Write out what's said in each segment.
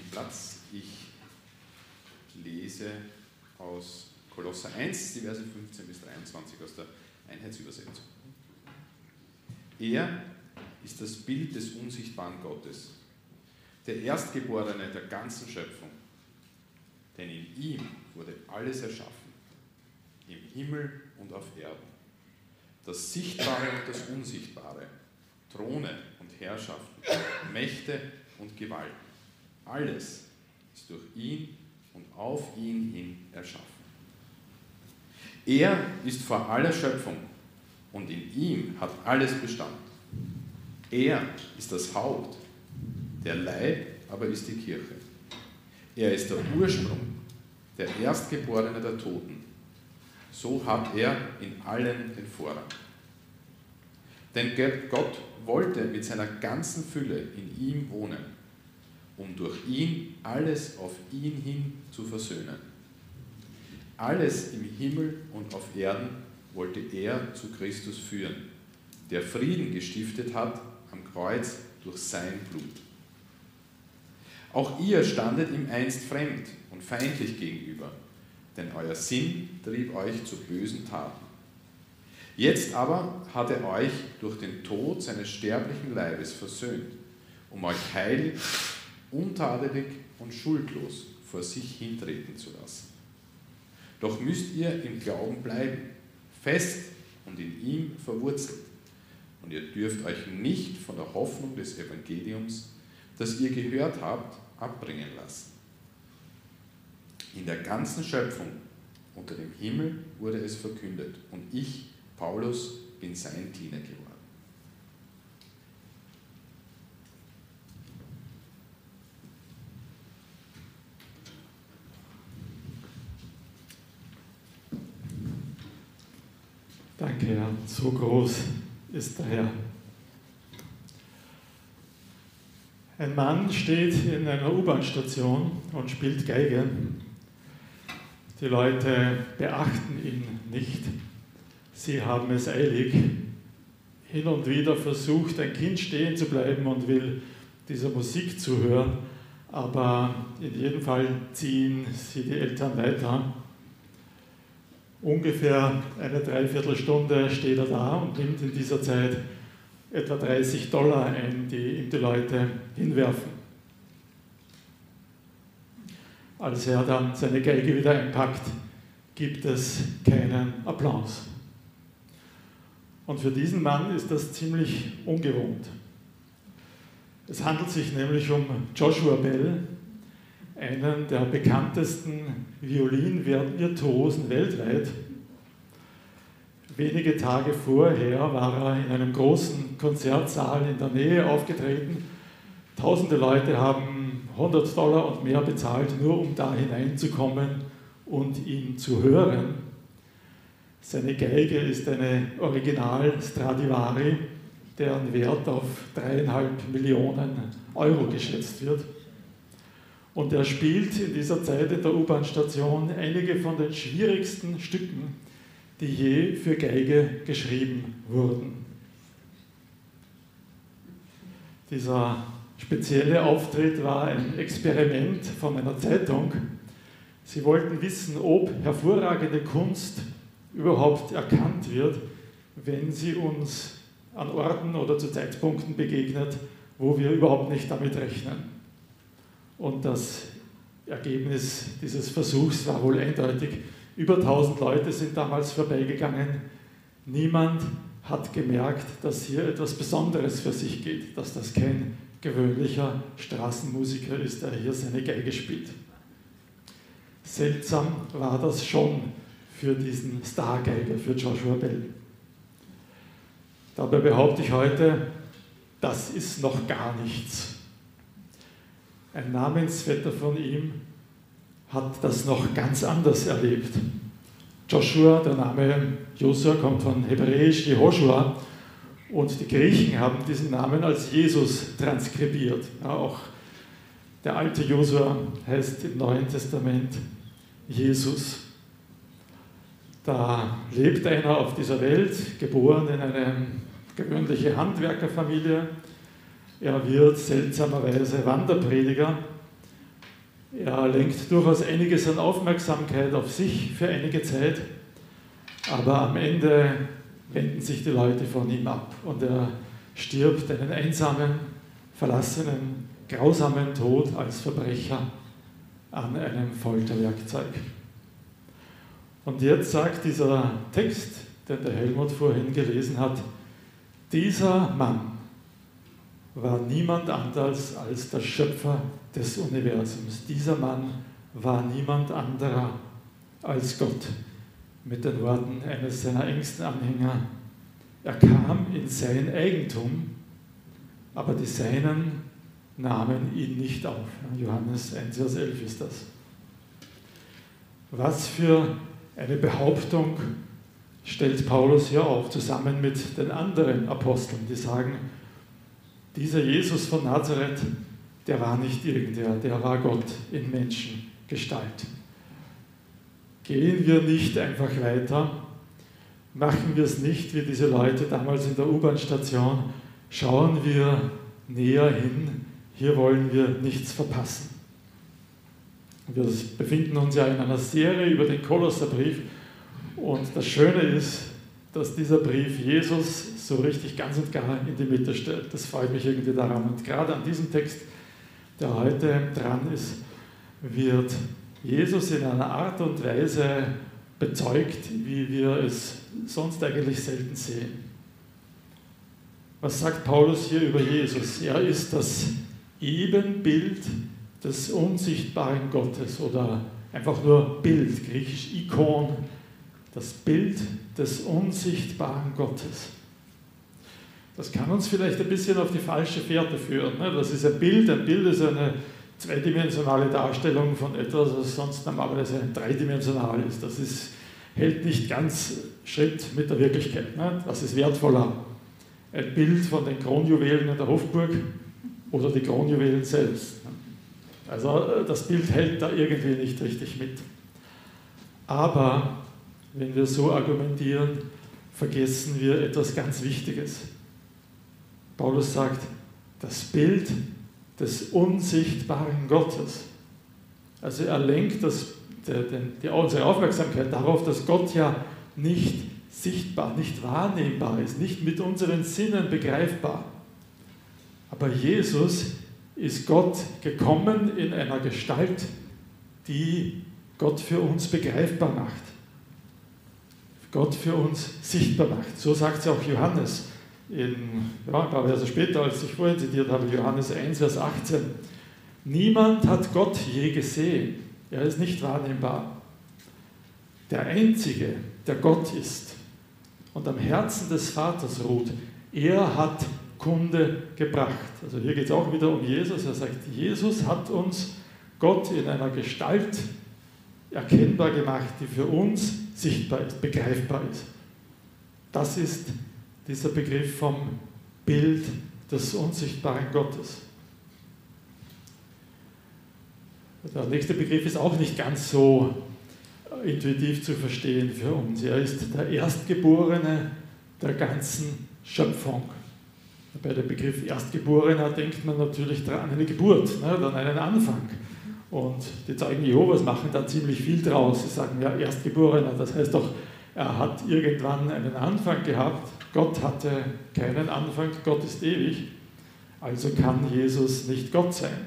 Platz. Ich lese aus Kolosser 1, die Verse 15 bis 23 aus der Einheitsübersetzung. Er ist das Bild des unsichtbaren Gottes, der Erstgeborene der ganzen Schöpfung. Denn in ihm wurde alles erschaffen, im Himmel und auf Erden, das Sichtbare und das Unsichtbare, Throne und Herrschaften, Mächte und Gewalten. Alles ist durch ihn und auf ihn hin erschaffen. Er ist vor aller Schöpfung und in ihm hat alles Bestand. Er ist das Haupt, der Leib aber ist die Kirche. Er ist der Ursprung, der Erstgeborene der Toten. So hat er in allem den Vorrang. Denn Gott wollte mit seiner ganzen Fülle in ihm wohnen, um durch ihn alles auf ihn hin zu versöhnen. Alles im Himmel und auf Erden wollte er zu Christus führen, der Frieden gestiftet hat am Kreuz durch sein Blut. Auch ihr standet ihm einst fremd und feindlich gegenüber, denn euer Sinn trieb euch zu bösen Taten. Jetzt aber hat er euch durch den Tod seines sterblichen Leibes versöhnt, um euch heilig, untadelig und schuldlos vor sich hintreten zu lassen. Doch müsst ihr im Glauben bleiben, fest und in ihm verwurzelt. Und ihr dürft euch nicht von der Hoffnung des Evangeliums, das ihr gehört habt, abbringen lassen. In der ganzen Schöpfung unter dem Himmel wurde es verkündet und ich, Paulus, bin sein Diener geworden. Danke, Herr. So groß ist der Herr. Ein Mann steht in einer U-Bahn-Station und spielt Geige. Die Leute beachten ihn nicht. Sie haben es eilig. Hin und wieder versucht ein Kind stehen zu bleiben und will dieser Musik zuhören, aber in jedem Fall ziehen sie die Eltern weiter. Ungefähr eine Dreiviertelstunde steht er da und nimmt in dieser Zeit etwa $30 ein, die ihm die Leute hinwerfen. Als er dann seine Geige wieder einpackt, gibt es keinen Applaus. Und für diesen Mann ist das ziemlich ungewohnt. Es handelt sich nämlich um Joshua Bell, einen der bekanntesten Violinvirtuosen weltweit. Wenige Tage vorher war er in einem großen Konzertsaal in der Nähe aufgetreten. Tausende Leute haben $100 und mehr bezahlt, nur um da hineinzukommen und ihn zu hören. Seine Geige ist eine Original Stradivari, deren Wert auf 3,5 Millionen Euro geschätzt wird. Und er spielt in dieser Zeit in der U-Bahn-Station einige von den schwierigsten Stücken, die je für Geige geschrieben wurden. Dieser spezielle Auftritt war ein Experiment von einer Zeitung. Sie wollten wissen, ob hervorragende Kunst überhaupt erkannt wird, wenn sie uns an Orten oder zu Zeitpunkten begegnet, wo wir überhaupt nicht damit rechnen. Und das Ergebnis dieses Versuchs war wohl eindeutig. Über 1000 Leute sind damals vorbeigegangen. Niemand hat gemerkt, dass hier etwas Besonderes für sich geht, dass das kein gewöhnlicher Straßenmusiker ist, der hier seine Geige spielt. Seltsam war das schon für diesen Stargeiger, für Joshua Bell. Dabei behaupte ich heute, das ist noch gar nichts. Ein Namensvetter von ihm hat das noch ganz anders erlebt. Joshua, der Name Josua kommt von Hebräisch Jehoshua und die Griechen haben diesen Namen als Jesus transkribiert. Ja, auch der alte Josua heißt im Neuen Testament Jesus. Da lebt einer auf dieser Welt, geboren in eine gewöhnliche Handwerkerfamilie. Er wird seltsamerweise Wanderprediger Er lenkt durchaus einiges an Aufmerksamkeit auf sich für einige Zeit, aber am Ende wenden sich die Leute von ihm ab und er stirbt einen einsamen, verlassenen, grausamen Tod als Verbrecher an einem Folterwerkzeug. Und jetzt sagt dieser Text, den der Helmut vorhin gelesen hat, dieser Mann war niemand anders als der Schöpfer des Universums. Dieser Mann war niemand anderer als Gott. Mit den Worten eines seiner engsten Anhänger: Er kam in sein Eigentum, aber die Seinen nahmen ihn nicht auf. Johannes 1, Vers 11 ist das. Was für eine Behauptung stellt Paulus hier auf, zusammen mit den anderen Aposteln, die sagen, dieser Jesus von Nazareth, der war nicht irgendwer, der war Gott in Menschengestalt. Gehen wir nicht einfach weiter, machen wir es nicht wie diese Leute damals in der U-Bahn-Station, schauen wir näher hin, hier wollen wir nichts verpassen. Wir befinden uns ja in einer Serie über den Kolosserbrief und das Schöne ist, dass dieser Brief Jesus so richtig ganz und gar in die Mitte stellt. Das freut mich irgendwie daran. Und gerade an diesem Text, der heute dran ist, wird Jesus in einer Art und Weise bezeugt, wie wir es sonst eigentlich selten sehen. Was sagt Paulus hier über Jesus? Er ist das Ebenbild des unsichtbaren Gottes oder einfach nur Bild, griechisch Ikon, das Bild des unsichtbaren Gottes. Das kann uns vielleicht ein bisschen auf die falsche Fährte führen. Das ist ein Bild ist eine zweidimensionale Darstellung von etwas, was sonst normalerweise dreidimensional ist. Hält nicht ganz Schritt mit der Wirklichkeit. Was ist wertvoller? Ein Bild von den Kronjuwelen in der Hofburg oder die Kronjuwelen selbst? Also das Bild hält da irgendwie nicht richtig mit. Aber wenn wir so argumentieren, vergessen wir etwas ganz Wichtiges. Paulus sagt, das Bild des unsichtbaren Gottes. Also er lenkt unsere Aufmerksamkeit darauf, dass Gott ja nicht sichtbar, nicht wahrnehmbar ist, nicht mit unseren Sinnen begreifbar. Aber Jesus ist Gott gekommen in einer Gestalt, die Gott für uns begreifbar macht. Gott für uns sichtbar macht. So sagt es auch Johannes, ein paar Verse später, als ich vorhin zitiert habe, Johannes 1, Vers 18. Niemand hat Gott je gesehen. Er ist nicht wahrnehmbar. Der Einzige, der Gott ist und am Herzen des Vaters ruht, er hat Kunde gebracht. Also hier geht es auch wieder um Jesus. Er sagt, Jesus hat uns Gott in einer Gestalt erkennbar gemacht, die für uns sichtbar ist, begreifbar ist. Das ist dieser Begriff vom Bild des unsichtbaren Gottes. Der nächste Begriff ist auch nicht ganz so intuitiv zu verstehen für uns. Er ist der Erstgeborene der ganzen Schöpfung. Bei dem Begriff Erstgeborener denkt man natürlich an eine Geburt, an einen Anfang. Und die Zeugen Jehovas machen da ziemlich viel draus. Sie sagen, ja, Erstgeborener, das heißt doch, er hat irgendwann einen Anfang gehabt. Gott hatte keinen Anfang, Gott ist ewig. Also kann Jesus nicht Gott sein.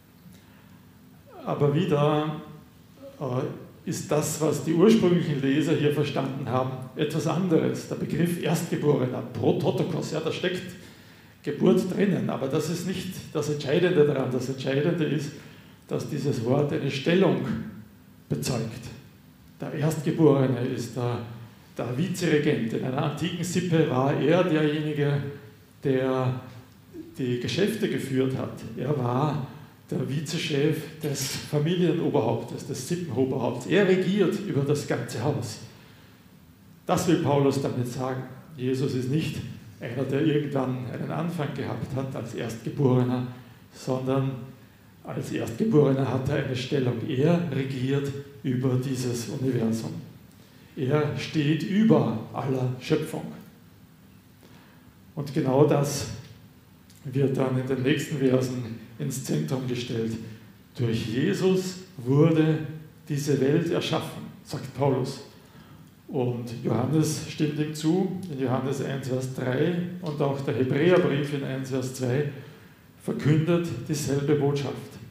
Aber wieder ist das, was die ursprünglichen Leser hier verstanden haben, etwas anderes. Der Begriff Erstgeborener, Prototokos, ja, da steckt Geburt drinnen, aber das ist nicht das Entscheidende daran. Das Entscheidende ist, dass dieses Wort eine Stellung bezeugt. Der Erstgeborene ist der Vizeregent. In einer antiken Sippe war er derjenige, der die Geschäfte geführt hat. Er war der Vizechef des Familienoberhauptes, des Sippenoberhaupts. Er regiert über das ganze Haus. Das will Paulus damit sagen. Jesus ist nicht einer, der irgendwann einen Anfang gehabt hat als Erstgeborener, sondern als Erstgeborener hat er eine Stellung. Er regiert über dieses Universum. Er steht über aller Schöpfung. Und genau das wird dann in den nächsten Versen ins Zentrum gestellt. Durch Jesus wurde diese Welt erschaffen, sagt Paulus. Und Johannes stimmt ihm zu, in Johannes 1, Vers 3 und auch der Hebräerbrief in 1, Vers 2 verkündet dieselbe Botschaft.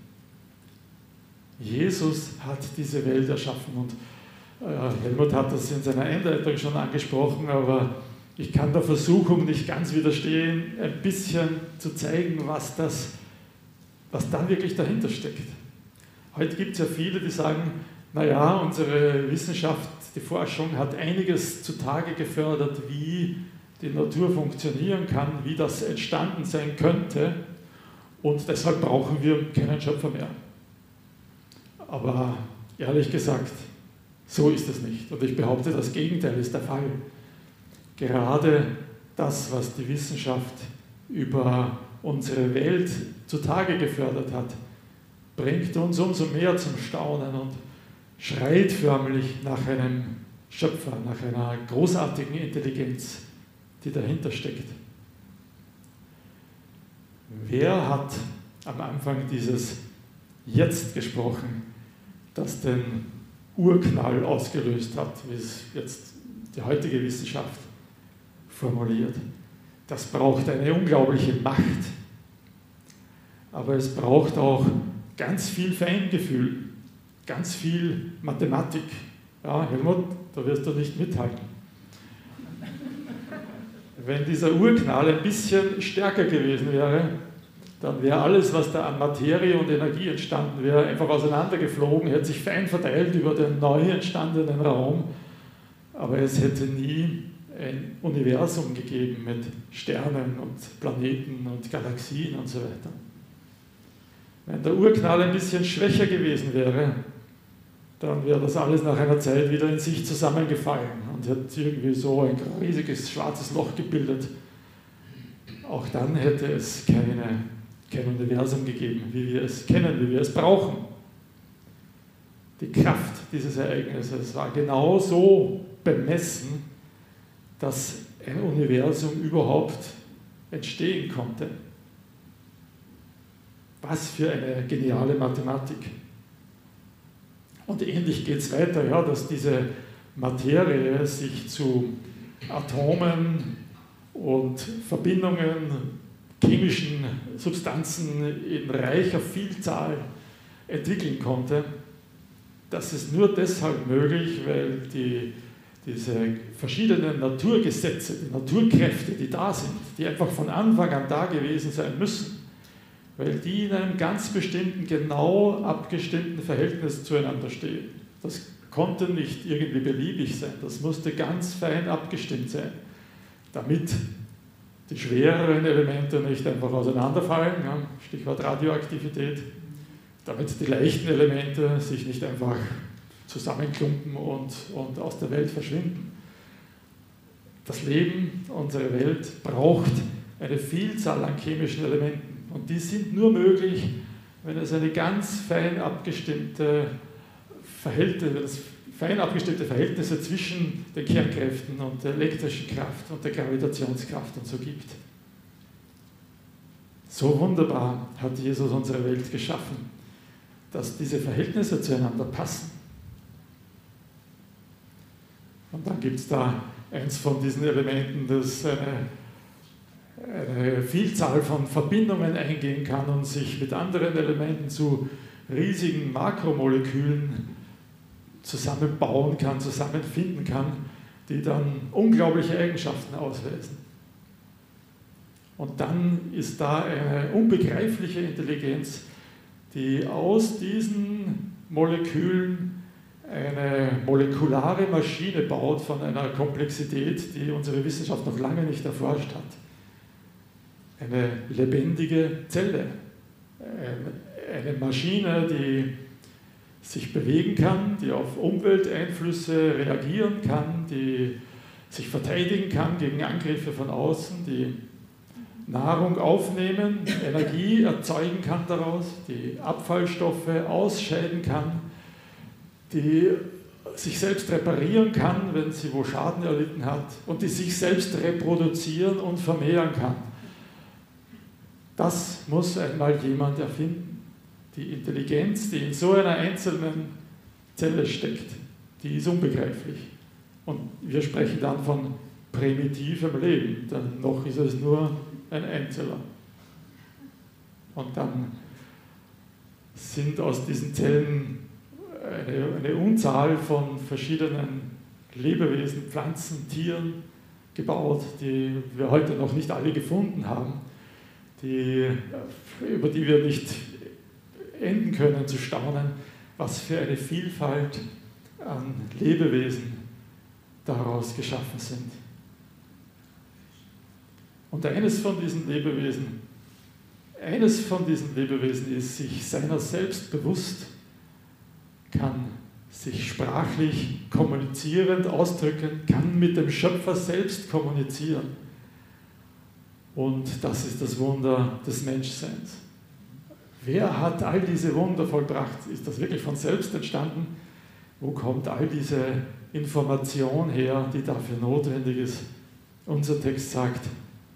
Jesus hat diese Welt erschaffen und Helmut hat das in seiner Einleitung schon angesprochen, aber ich kann der Versuchung nicht ganz widerstehen, ein bisschen zu zeigen, was da wirklich dahinter steckt. Heute gibt es ja viele, die sagen, naja, unsere Wissenschaft, die Forschung hat einiges zutage gefördert, wie die Natur funktionieren kann, wie das entstanden sein könnte und deshalb brauchen wir keinen Schöpfer mehr. Aber ehrlich gesagt, so ist es nicht. Und ich behaupte, das Gegenteil ist der Fall. Gerade das, was die Wissenschaft über unsere Welt zutage gefördert hat, bringt uns umso mehr zum Staunen und schreit förmlich nach einem Schöpfer, nach einer großartigen Intelligenz, die dahinter steckt. Wer hat am Anfang dieses Jetzt gesprochen, das den Urknall ausgelöst hat, wie es jetzt die heutige Wissenschaft formuliert? Das braucht eine unglaubliche Macht, aber es braucht auch ganz viel Feingefühl, ganz viel Mathematik. Ja, Helmut, da wirst du nicht mithalten. Wenn dieser Urknall ein bisschen stärker gewesen wäre, dann wäre alles, was da an Materie und Energie entstanden wäre, einfach auseinandergeflogen, hätte sich fein verteilt über den neu entstandenen Raum, aber es hätte nie ein Universum gegeben mit Sternen und Planeten und Galaxien und so weiter. Wenn der Urknall ein bisschen schwächer gewesen wäre, dann wäre das alles nach einer Zeit wieder in sich zusammengefallen und hätte irgendwie so ein riesiges schwarzes Loch gebildet. Auch dann hätte es kein Universum gegeben, wie wir es kennen, wie wir es brauchen. Die Kraft dieses Ereignisses war genau so bemessen, dass ein Universum überhaupt entstehen konnte. Was für eine geniale Mathematik. Und ähnlich geht es weiter, ja, dass diese Materie sich zu Atomen und Verbindungen, chemischen Substanzen in reicher Vielzahl entwickeln konnte. Das ist nur deshalb möglich, weil diese verschiedenen Naturgesetze, die Naturkräfte, die da sind, die einfach von Anfang an da gewesen sein müssen, weil die in einem ganz bestimmten, genau abgestimmten Verhältnis zueinander stehen. Das konnte nicht irgendwie beliebig sein, das musste ganz fein abgestimmt sein, damit die schwereren Elemente nicht einfach auseinanderfallen, ja, Stichwort Radioaktivität, damit die leichten Elemente sich nicht einfach zusammenklumpen und aus der Welt verschwinden. Das Leben, unsere Welt, braucht eine Vielzahl an chemischen Elementen. Und die sind nur möglich, wenn es eine ganz fein abgestimmte Verhältnisse zwischen den Kernkräften und der elektrischen Kraft und der Gravitationskraft und so gibt. So wunderbar hat Jesus unsere Welt geschaffen, dass diese Verhältnisse zueinander passen. Und dann gibt es da eins von diesen Elementen, das eine Vielzahl von Verbindungen eingehen kann und sich mit anderen Elementen zu riesigen Makromolekülen zusammenbauen kann, zusammenfinden kann, die dann unglaubliche Eigenschaften ausweisen. Und dann ist da eine unbegreifliche Intelligenz, die aus diesen Molekülen eine molekulare Maschine baut von einer Komplexität, die unsere Wissenschaft noch lange nicht erforscht hat. Eine lebendige Zelle, eine Maschine, die sich bewegen kann, die auf Umwelteinflüsse reagieren kann, die sich verteidigen kann gegen Angriffe von außen, die Nahrung aufnehmen, Energie erzeugen kann daraus, die Abfallstoffe ausscheiden kann, die sich selbst reparieren kann, wenn sie wo Schaden erlitten hat und die sich selbst reproduzieren und vermehren kann. Das muss einmal jemand erfinden. Die Intelligenz, die in so einer einzelnen Zelle steckt, die ist unbegreiflich. Und wir sprechen dann von primitivem Leben, denn noch ist es nur ein Einzeller. Und dann sind aus diesen Zellen eine Unzahl von verschiedenen Lebewesen, Pflanzen, Tieren gebaut, die wir heute noch nicht alle gefunden haben, über die wir nicht enden können zu staunen, was für eine Vielfalt an Lebewesen daraus geschaffen sind. Und eines von diesen Lebewesen ist sich seiner selbst bewusst, kann sich sprachlich kommunizierend ausdrücken, kann mit dem Schöpfer selbst kommunizieren. Und das ist das Wunder des Menschseins. Wer hat all diese Wunder vollbracht? Ist das wirklich von selbst entstanden? Wo kommt all diese Information her, die dafür notwendig ist? Unser Text sagt,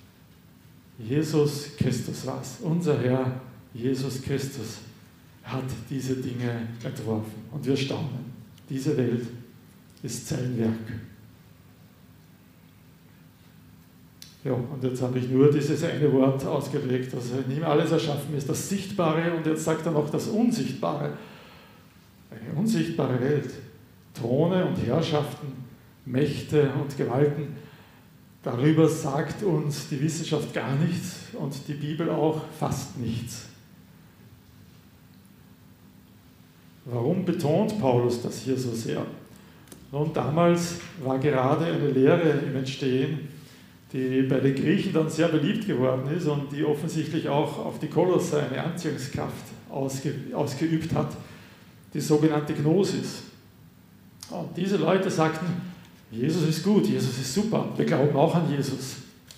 Jesus Christus war's. Unser Herr Jesus Christus hat diese Dinge entworfen. Und wir staunen. Diese Welt ist sein Werk. Ja, und jetzt habe ich nur dieses eine Wort ausgelegt, dass in ihm alles erschaffen ist, das Sichtbare, und jetzt sagt er noch das Unsichtbare. Eine unsichtbare Welt. Throne und Herrschaften, Mächte und Gewalten. Darüber sagt uns die Wissenschaft gar nichts und die Bibel auch fast nichts. Warum betont Paulus das hier so sehr? Nun, damals war gerade eine Lehre im Entstehen, die bei den Griechen dann sehr beliebt geworden ist und die offensichtlich auch auf die Kolosser eine Anziehungskraft ausgeübt hat, die sogenannte Gnosis. Und diese Leute sagten, Jesus ist gut, Jesus ist super, wir glauben auch an Jesus.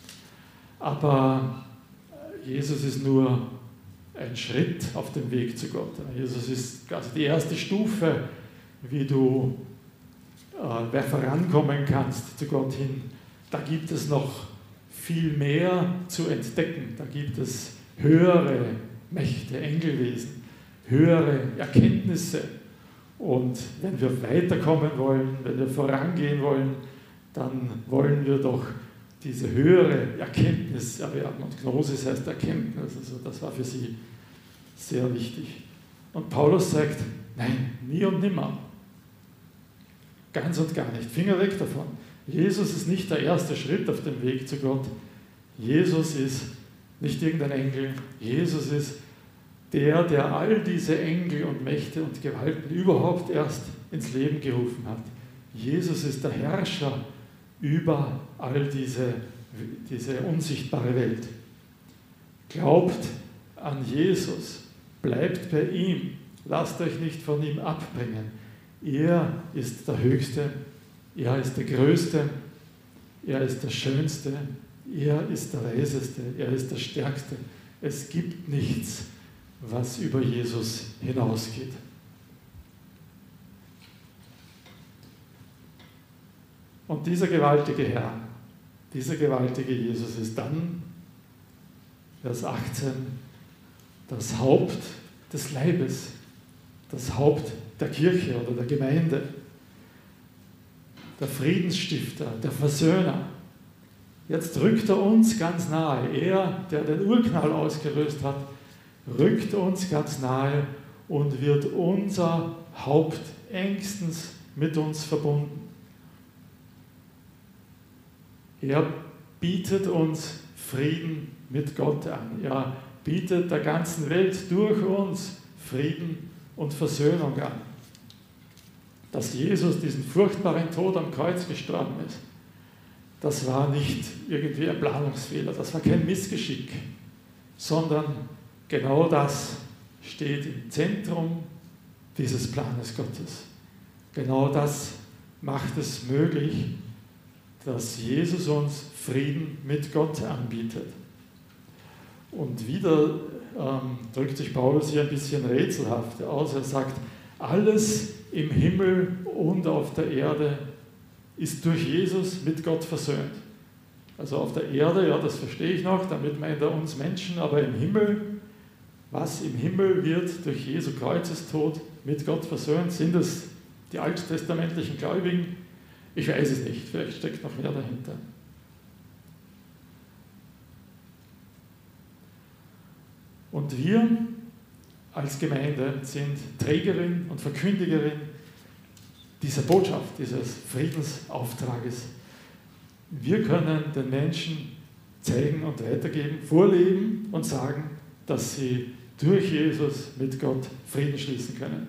Aber Jesus ist nur ein Schritt auf dem Weg zu Gott. Jesus ist also die erste Stufe, wie du vorankommen kannst zu Gott hin. Da gibt es noch viel mehr zu entdecken. Da gibt es höhere Mächte, Engelwesen, höhere Erkenntnisse. Und wenn wir weiterkommen wollen, wenn wir vorangehen wollen, dann wollen wir doch diese höhere Erkenntnis erwerben. Und Gnosis heißt Erkenntnis, also das war für sie sehr wichtig. Und Paulus sagt, nein, nie und nimmer. Ganz und gar nicht. Finger weg davon. Jesus ist nicht der erste Schritt auf dem Weg zu Gott. Jesus ist nicht irgendein Engel. Jesus ist der all diese Engel und Mächte und Gewalten überhaupt erst ins Leben gerufen hat. Jesus ist der Herrscher über all diese unsichtbare Welt. Glaubt an Jesus, bleibt bei ihm, lasst euch nicht von ihm abbringen. Er ist der Höchste, er ist der Größte, er ist der Schönste, er ist der Weiseste, er ist der Stärkste. Es gibt nichts, was über Jesus hinausgeht. Und dieser gewaltige Herr, dieser gewaltige Jesus ist dann, Vers 18, das Haupt des Leibes, das Haupt der Kirche oder der Gemeinde, der Friedensstifter, der Versöhner. Jetzt rückt er uns ganz nahe. Er, der den Urknall ausgelöst hat, rückt uns ganz nahe und wird unser Haupt engstens mit uns verbunden. Er bietet uns Frieden mit Gott an. Er bietet der ganzen Welt durch uns Frieden und Versöhnung an. Dass Jesus diesen furchtbaren Tod am Kreuz gestorben ist, das war nicht irgendwie ein Planungsfehler, das war kein Missgeschick, sondern genau das steht im Zentrum dieses Planes Gottes. Genau das macht es möglich, dass Jesus uns Frieden mit Gott anbietet. Und wieder drückt sich Paulus hier ein bisschen rätselhaft aus. Er sagt, alles im Himmel und auf der Erde ist durch Jesus mit Gott versöhnt. Also auf der Erde, ja, das verstehe ich noch, damit meint er uns Menschen, aber im Himmel, was im Himmel wird durch Jesu Kreuzestod mit Gott versöhnt. Sind es die alttestamentlichen Gläubigen? Ich weiß es nicht, vielleicht steckt noch mehr dahinter. Und wir als Gemeinde sind Trägerin und Verkündigerin dieser Botschaft, dieses Friedensauftrages. Wir können den Menschen zeigen und weitergeben, vorleben und sagen, dass sie durch Jesus mit Gott Frieden schließen können.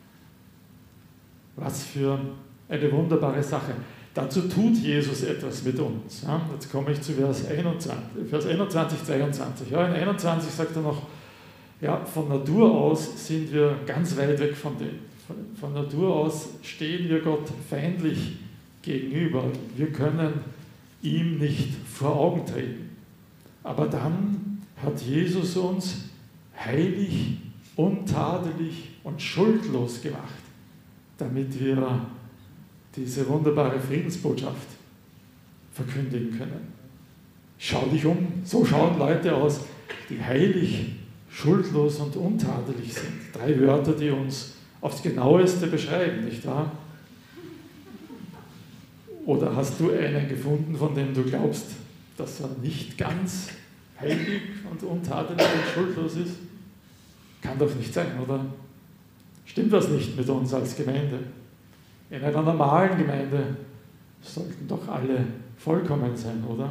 Was für eine wunderbare Sache. Dazu tut Jesus etwas mit uns. Ja, jetzt komme ich zu Vers 21, 22. Ja, in 21 sagt er noch, ja, von Natur aus sind wir ganz weit weg von dem. Von Natur aus stehen wir Gott feindlich gegenüber. Wir können ihm nicht vor Augen treten. Aber dann hat Jesus uns heilig, untadelig und schuldlos gemacht, damit wir diese wunderbare Friedensbotschaft verkündigen können. Schau dich um, so schauen Leute aus, die heilig, schuldlos und untadelig sind. 3 Wörter, die uns aufs Genaueste beschreiben, nicht wahr? Oder hast du einen gefunden, von dem du glaubst, dass er nicht ganz heilig und untadelig und schuldlos ist? Kann doch nicht sein, oder? Stimmt was nicht mit uns als Gemeinde? In einer normalen Gemeinde sollten doch alle vollkommen sein, oder?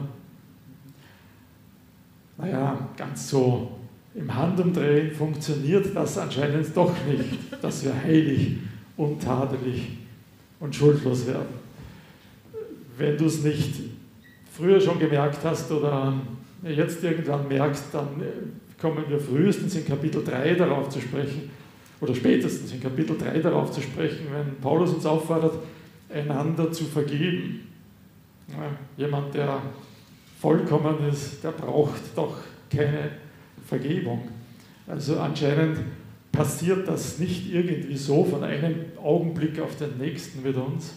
Naja, ganz so im Handumdrehen funktioniert das anscheinend doch nicht, dass wir heilig, untadelig und schuldlos werden. Wenn du es nicht früher schon gemerkt hast oder jetzt irgendwann merkst, dann kommen wir frühestens in Kapitel 3 darauf zu sprechen, oder spätestens in Kapitel 3 darauf zu sprechen, wenn Paulus uns auffordert, einander zu vergeben. Ja, jemand, der vollkommen ist, der braucht doch keine Vergebung. Also anscheinend passiert das nicht irgendwie so von einem Augenblick auf den nächsten mit uns.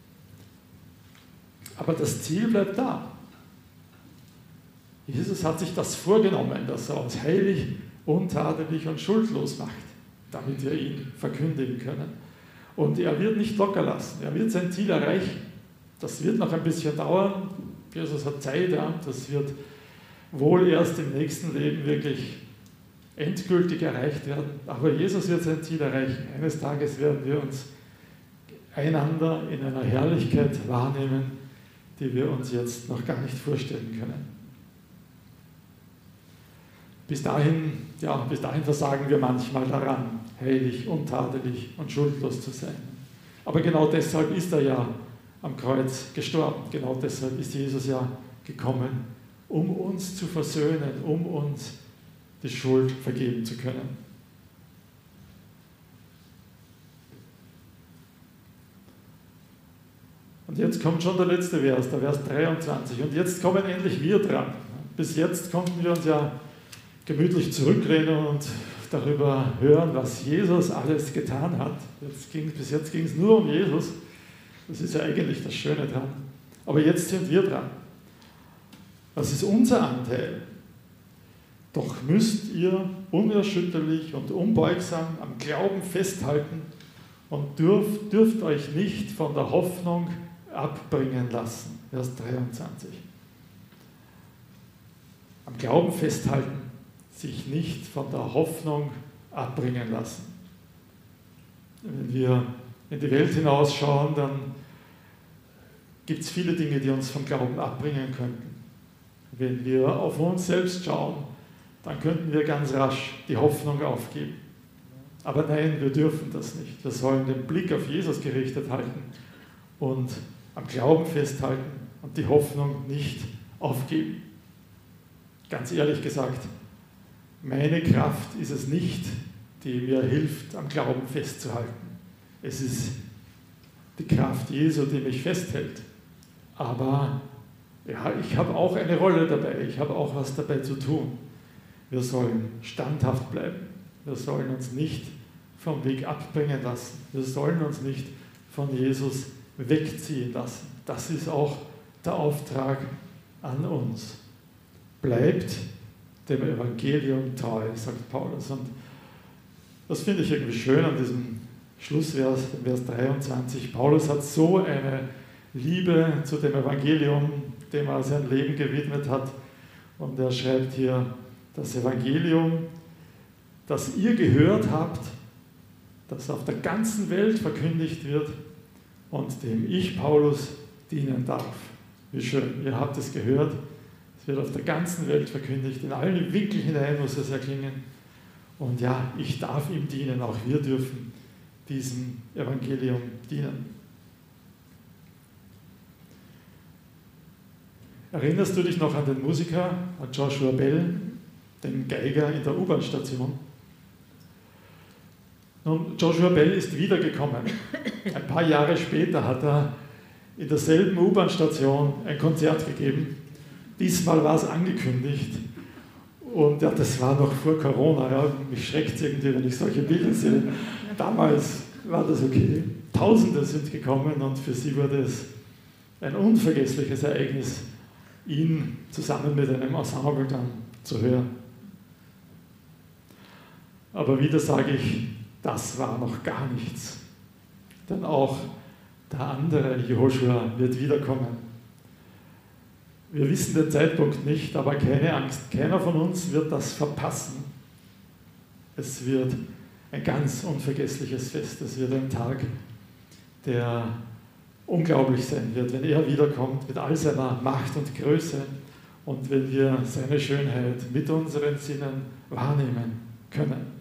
Aber das Ziel bleibt da. Jesus hat sich das vorgenommen, dass er uns heilig, untadelig und schuldlos macht, damit wir ihn verkündigen können. Und er wird nicht locker lassen, er wird sein Ziel erreichen. Das wird noch ein bisschen dauern. Jesus hat Zeit, ja. Das wird wohl erst im nächsten Leben wirklich endgültig erreicht werden. Aber Jesus wird sein Ziel erreichen. Eines Tages werden wir uns einander in einer Herrlichkeit wahrnehmen, die wir uns jetzt noch gar nicht vorstellen können. Bis dahin versagen wir manchmal daran, heilig, untadelig und schuldlos zu sein. Aber genau deshalb ist er ja am Kreuz gestorben. Genau deshalb ist Jesus ja gekommen, um uns zu versöhnen, um uns die Schuld vergeben zu können. Und jetzt kommt schon der letzte Vers, der Vers 23. Und jetzt kommen endlich wir dran. Bis jetzt konnten wir uns ja gemütlich zurücklehnen und darüber hören, was Jesus alles getan hat. Bis jetzt ging es nur um Jesus. Das ist ja eigentlich das Schöne dran. Aber jetzt sind wir dran. Das ist unser Anteil. Doch müsst ihr unerschütterlich und unbeugsam am Glauben festhalten und dürft euch nicht von der Hoffnung abbringen lassen. Vers 23. Am Glauben festhalten, sich nicht von der Hoffnung abbringen lassen. Wenn wir in die Welt hinausschauen, dann gibt es viele Dinge, die uns vom Glauben abbringen könnten. Wenn wir auf uns selbst schauen, dann könnten wir ganz rasch die Hoffnung aufgeben. Aber nein, wir dürfen das nicht. Wir sollen den Blick auf Jesus gerichtet halten und am Glauben festhalten und die Hoffnung nicht aufgeben. Ganz ehrlich gesagt, meine Kraft ist es nicht, die mir hilft, am Glauben festzuhalten. Es ist die Kraft Jesu, die mich festhält. Aber ja, ich habe auch eine Rolle dabei, ich habe auch was dabei zu tun. Wir sollen standhaft bleiben. Wir sollen uns nicht vom Weg abbringen lassen. Wir sollen uns nicht von Jesus wegziehen lassen. Das ist auch der Auftrag an uns. Bleibt dem Evangelium treu, sagt Paulus. Und das finde ich irgendwie schön an diesem Schlussvers, dem Vers 23. Paulus hat so eine Liebe zu dem Evangelium, dem er sein Leben gewidmet hat. Und er schreibt hier, das Evangelium, das ihr gehört habt, das auf der ganzen Welt verkündigt wird und dem ich, Paulus, dienen darf. Wie schön, ihr habt es gehört, es wird auf der ganzen Welt verkündigt, in alle Winkel hinein muss es erklingen. Und ja, ich darf ihm dienen, auch wir dürfen diesem Evangelium dienen. Erinnerst du dich noch an den Musiker, an Joshua Bell, den Geiger in der U-Bahn-Station? Nun, Joshua Bell ist wiedergekommen. Ein paar Jahre später hat er in derselben U-Bahn-Station ein Konzert gegeben. Diesmal war es angekündigt. Und ja, das war noch vor Corona. Ja. Mich schreckt es irgendwie, wenn ich solche Bilder sehe. Damals war das okay. Tausende sind gekommen und für sie wurde es ein unvergessliches Ereignis, ihn zusammen mit einem Ensemble dann zu hören. Aber wieder sage ich, das war noch gar nichts. Denn auch der andere Jehoschua wird wiederkommen. Wir wissen den Zeitpunkt nicht, aber keine Angst, keiner von uns wird das verpassen. Es wird ein ganz unvergessliches Fest, es wird ein Tag, der unglaublich sein wird, wenn er wiederkommt mit all seiner Macht und Größe und wenn wir seine Schönheit mit unseren Sinnen wahrnehmen können.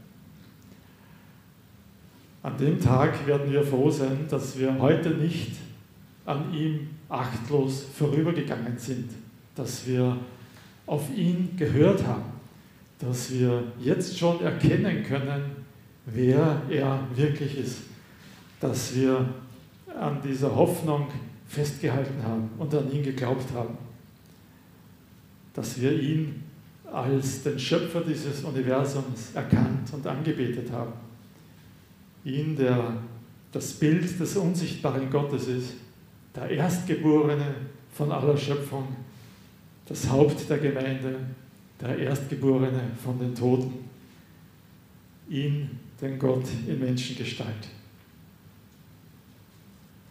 An dem Tag werden wir froh sein, dass wir heute nicht an ihm achtlos vorübergegangen sind, dass wir auf ihn gehört haben, dass wir jetzt schon erkennen können, wer er wirklich ist, dass wir an dieser Hoffnung festgehalten haben und an ihn geglaubt haben, dass wir ihn als den Schöpfer dieses Universums erkannt und angebetet haben. Ihn, der das Bild des unsichtbaren Gottes ist, der Erstgeborene von aller Schöpfung, das Haupt der Gemeinde, der Erstgeborene von den Toten, ihn, den Gott in Menschengestalt.